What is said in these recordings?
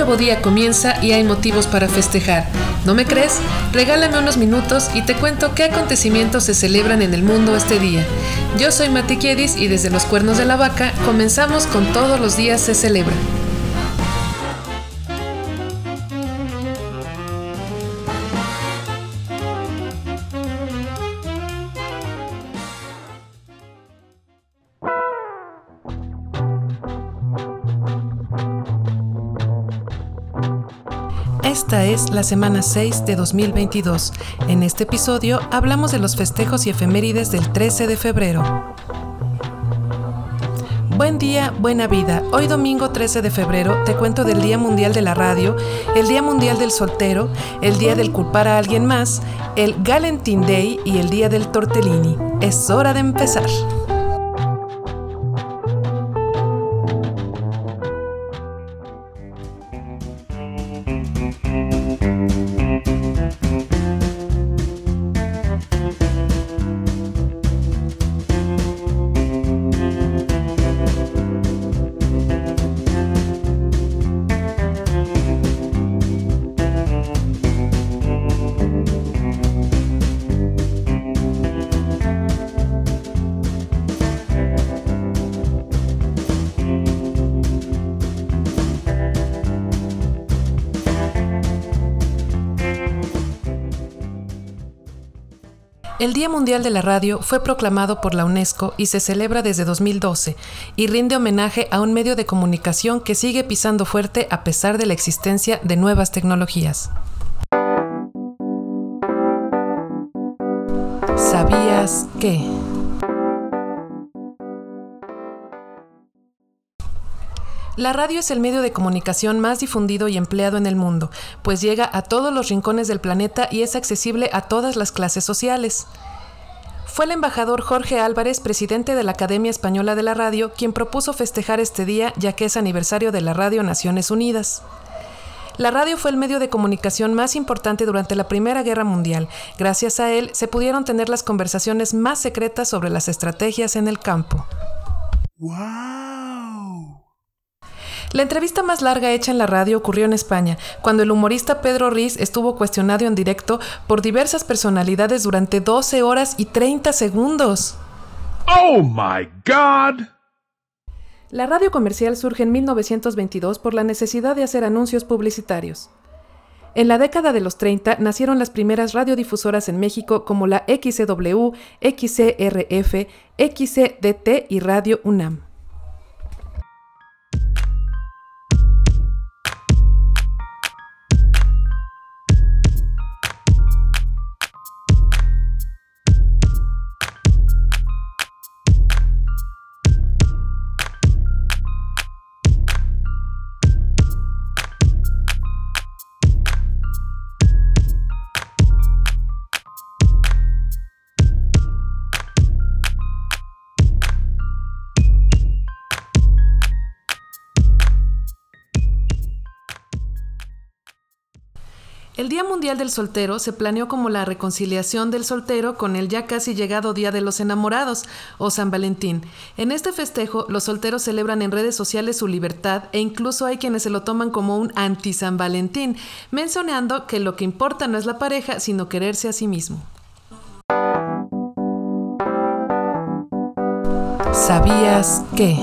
nuevo día comienza y hay motivos para festejar. ¿No me crees? Regálame unos minutos y te cuento qué acontecimientos se celebran en el mundo este día. Yo soy Mati Kiedis y desde los Cuernos de la Vaca comenzamos con Todos los días se celebra. Esta es la semana 6 de 2022. En este episodio hablamos de los festejos y efemérides del 13 de febrero. Buen día, buena vida. Hoy domingo 13 de febrero te cuento del Día Mundial de la Radio, el Día Mundial del Soltero, el Día del Culpar a Alguien Más, el Galentine Day y el Día del Tortellini. Es hora de empezar. El Día Mundial de la Radio fue proclamado por la UNESCO y se celebra desde 2012 y rinde homenaje a un medio de comunicación que sigue pisando fuerte a pesar de la existencia de nuevas tecnologías. ¿Sabías qué? La radio es el medio de comunicación más difundido y empleado en el mundo, pues llega a todos los rincones del planeta y es accesible a todas las clases sociales. Fue el embajador Jorge Álvarez, presidente de la Academia Española de la Radio, quien propuso festejar este día, ya que es aniversario de la Radio Naciones Unidas. La radio fue el medio de comunicación más importante durante la Primera Guerra Mundial. Gracias a él, se pudieron tener las conversaciones más secretas sobre las estrategias en el campo. ¡Wow! La entrevista más larga hecha en la radio ocurrió en España, cuando el humorista Pedro Riz estuvo cuestionado en directo por diversas personalidades durante 12 horas y 30 segundos. ¡Oh, my God! La radio comercial surge en 1922 por la necesidad de hacer anuncios publicitarios. En la década de los 30 nacieron las primeras radiodifusoras en México como la XCW, XCRF, XCDT y Radio UNAM. El Día Mundial del Soltero se planeó como la reconciliación del soltero con el ya casi llegado Día de los Enamorados, o San Valentín. En este festejo, los solteros celebran en redes sociales su libertad e incluso hay quienes se lo toman como un anti-San Valentín, mencionando que lo que importa no es la pareja, sino quererse a sí mismo. ¿Sabías qué?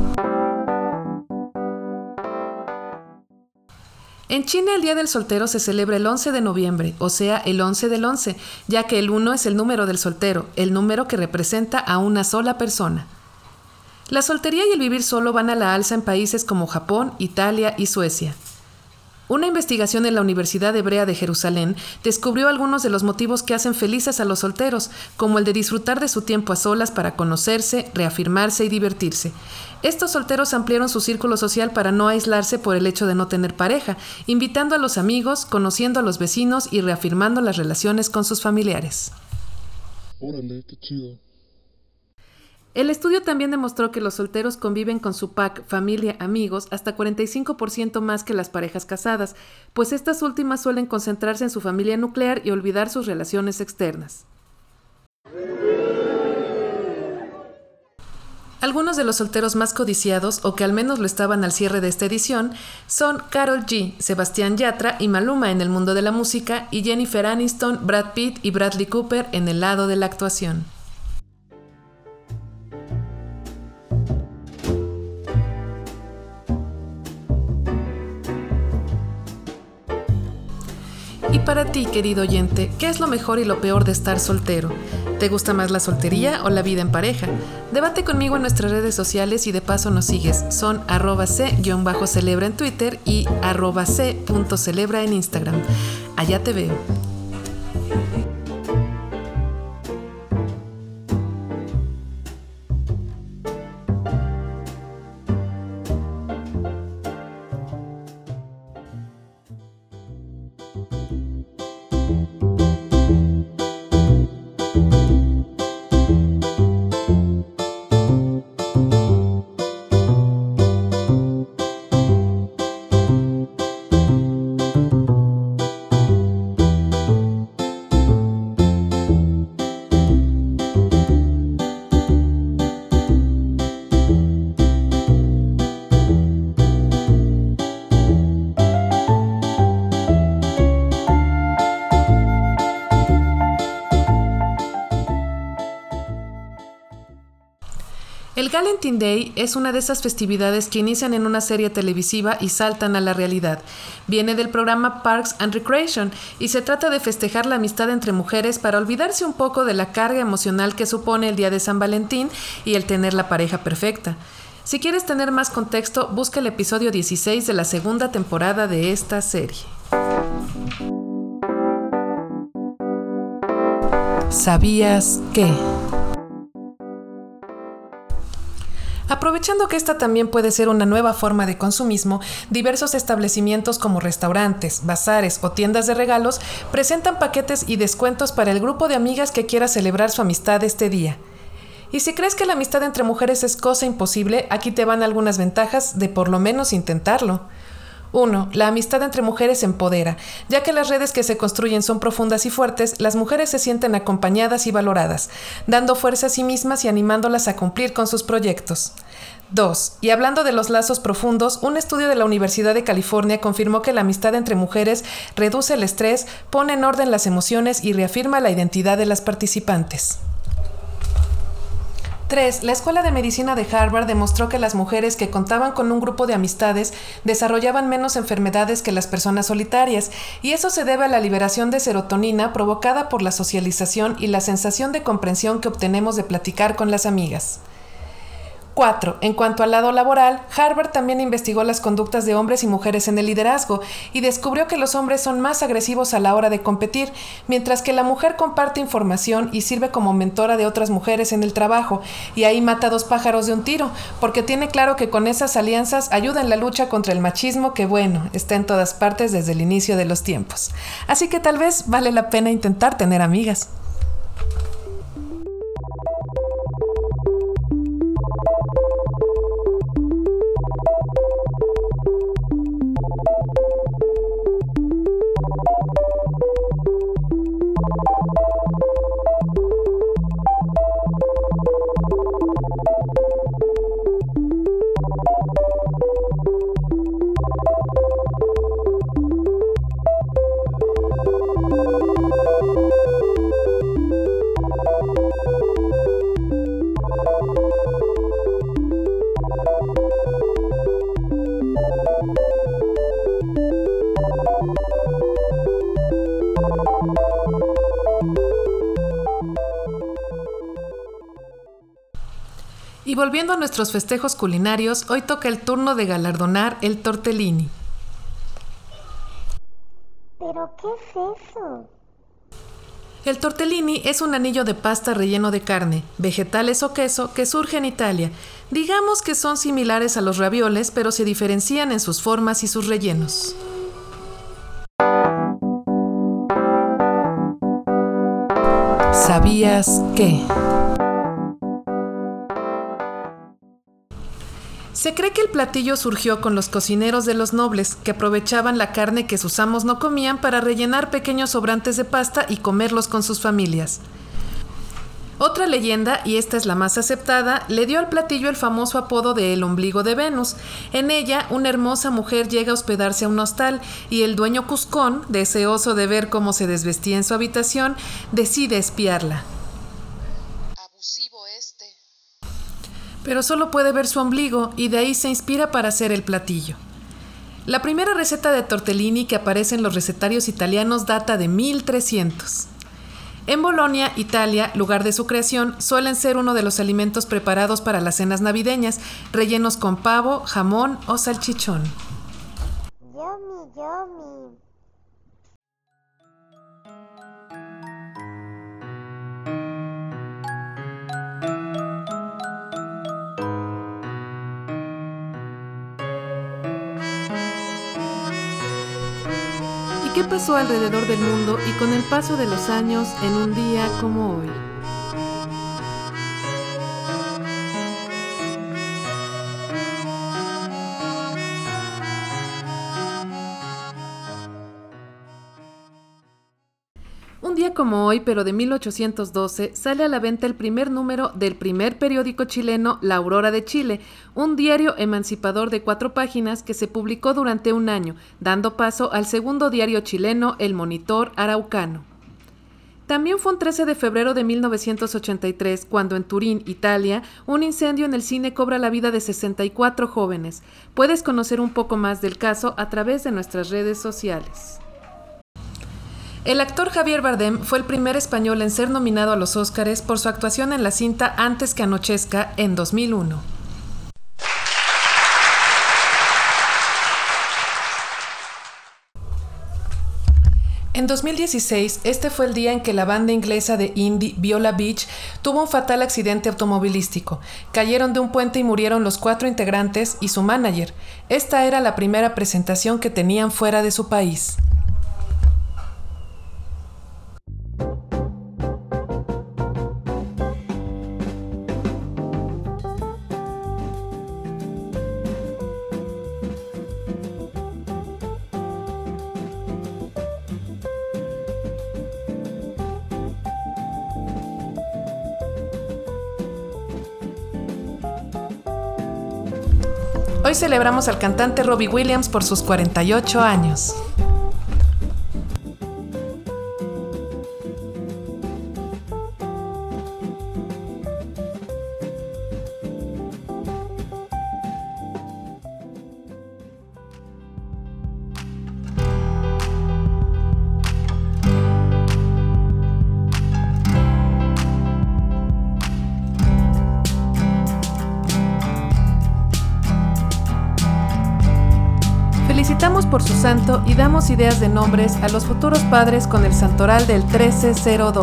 En China el Día del Soltero se celebra el 11 de noviembre, o sea, el 11 del 11, ya que el 1 es el número del soltero, el número que representa a una sola persona. La soltería y el vivir solo van a la alza en países como Japón, Italia y Suecia. Una investigación en la Universidad Hebrea de Jerusalén descubrió algunos de los motivos que hacen felices a los solteros, como el de disfrutar de su tiempo a solas para conocerse, reafirmarse y divertirse. Estos solteros ampliaron su círculo social para no aislarse por el hecho de no tener pareja, invitando a los amigos, conociendo a los vecinos y reafirmando las relaciones con sus familiares. Órale, qué chido. El estudio también demostró que los solteros conviven con su pack, familia, amigos, hasta 45% más que las parejas casadas, pues estas últimas suelen concentrarse en su familia nuclear y olvidar sus relaciones externas. Algunos de los solteros más codiciados, o que al menos lo estaban al cierre de esta edición, son Karol G, Sebastián Yatra y Maluma en el mundo de la música, y Jennifer Aniston, Brad Pitt y Bradley Cooper en el lado de la actuación. Y para ti, querido oyente, ¿qué es lo mejor y lo peor de estar soltero? ¿Te gusta más la soltería o la vida en pareja? Debate conmigo en nuestras redes sociales y de paso nos sigues. Son @c_celebra en Twitter y @c.celebra en Instagram. Allá te veo. El Galentine Day es una de esas festividades que inician en una serie televisiva y saltan a la realidad. Viene del programa Parks and Recreation y se trata de festejar la amistad entre mujeres para olvidarse un poco de la carga emocional que supone el día de San Valentín y el tener la pareja perfecta. Si quieres tener más contexto, busca el episodio 16 de la segunda temporada de esta serie. ¿Sabías qué? Aprovechando que esta también puede ser una nueva forma de consumismo, diversos establecimientos como restaurantes, bazares o tiendas de regalos presentan paquetes y descuentos para el grupo de amigas que quiera celebrar su amistad este día. Y si crees que la amistad entre mujeres es cosa imposible, aquí te van algunas ventajas de por lo menos intentarlo. 1. La amistad entre mujeres empodera. Ya que las redes que se construyen son profundas y fuertes, las mujeres se sienten acompañadas y valoradas, dando fuerza a sí mismas y animándolas a cumplir con sus proyectos. 2. Y hablando de los lazos profundos, un estudio de la Universidad de California confirmó que la amistad entre mujeres reduce el estrés, pone en orden las emociones y reafirma la identidad de las participantes. 3. La Escuela de Medicina de Harvard demostró que las mujeres que contaban con un grupo de amistades desarrollaban menos enfermedades que las personas solitarias, y eso se debe a la liberación de serotonina provocada por la socialización y la sensación de comprensión que obtenemos de platicar con las amigas. 4. En cuanto al lado laboral, Harvard también investigó las conductas de hombres y mujeres en el liderazgo y descubrió que los hombres son más agresivos a la hora de competir, mientras que la mujer comparte información y sirve como mentora de otras mujeres en el trabajo, y ahí mata dos pájaros de un tiro, porque tiene claro que con esas alianzas ayuda en la lucha contra el machismo que, bueno, está en todas partes desde el inicio de los tiempos. Así que tal vez vale la pena intentar tener amigas. Y volviendo a nuestros festejos culinarios, hoy toca el turno de galardonar el tortellini. ¿Pero qué es eso? El tortellini es un anillo de pasta relleno de carne, vegetales o queso que surge en Italia. Digamos que son similares a los ravioles, pero se diferencian en sus formas y sus rellenos. ¿Sabías qué? Se cree que el platillo surgió con los cocineros de los nobles, que aprovechaban la carne que sus amos no comían para rellenar pequeños sobrantes de pasta y comerlos con sus familias. Otra leyenda, y esta es la más aceptada, le dio al platillo el famoso apodo de el ombligo de Venus. En ella, una hermosa mujer llega a hospedarse a un hostal y el dueño Cuscón, deseoso de ver cómo se desvestía en su habitación, decide espiarla. Abusivo este. Pero solo puede ver su ombligo y de ahí se inspira para hacer el platillo. La primera receta de tortellini que aparece en los recetarios italianos data de 1300. En Bolonia, Italia, lugar de su creación, suelen ser uno de los alimentos preparados para las cenas navideñas, rellenos con pavo, jamón o salchichón. Yummy, yummy. ¿Y qué pasó alrededor del mundo y con el paso de los años en un día como hoy? Un día como hoy, pero de 1812, sale a la venta el primer número del primer periódico chileno La Aurora de Chile, un diario emancipador de 4 páginas que se publicó durante un año, dando paso al segundo diario chileno, El Monitor Araucano. También fue un 13 de febrero de 1983, cuando en Turín, Italia, un incendio en el cine cobra la vida de 64 jóvenes. Puedes conocer un poco más del caso a través de nuestras redes sociales. El actor Javier Bardem fue el primer español en ser nominado a los Óscares por su actuación en la cinta Antes que anochezca en 2001. En 2016, este fue el día en que la banda inglesa de indie Viola Beach tuvo un fatal accidente automovilístico. Cayeron de un puente y murieron los 4 integrantes y su manager. Esta era la primera presentación que tenían fuera de su país. Hoy celebramos al cantante Robbie Williams por sus 48 años. Felicitamos por su santo y damos ideas de nombres a los futuros padres con el santoral del 1302.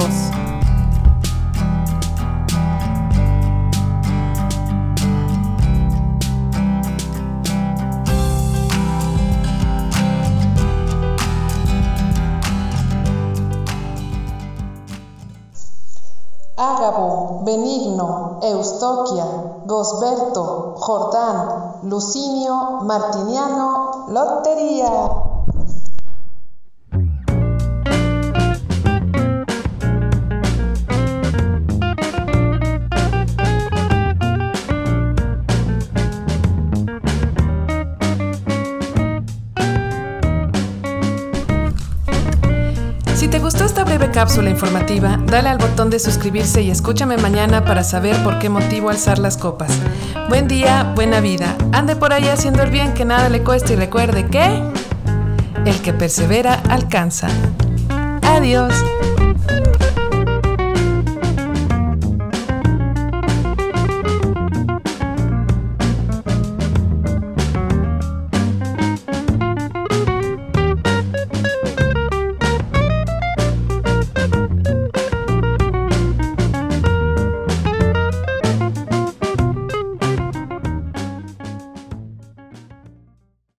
Ágabo, Benigno, Eustoquia, Gosberto, Jordán, Lucinio, Martiniano, Lotería. Si te gustó esta breve cápsula informativa, dale al botón de suscribirse y escúchame mañana para saber por qué motivo alzar las copas. Buen día, buena vida. Ande por ahí haciendo el bien, que nada le cueste, y recuerde que el que persevera alcanza. Adiós.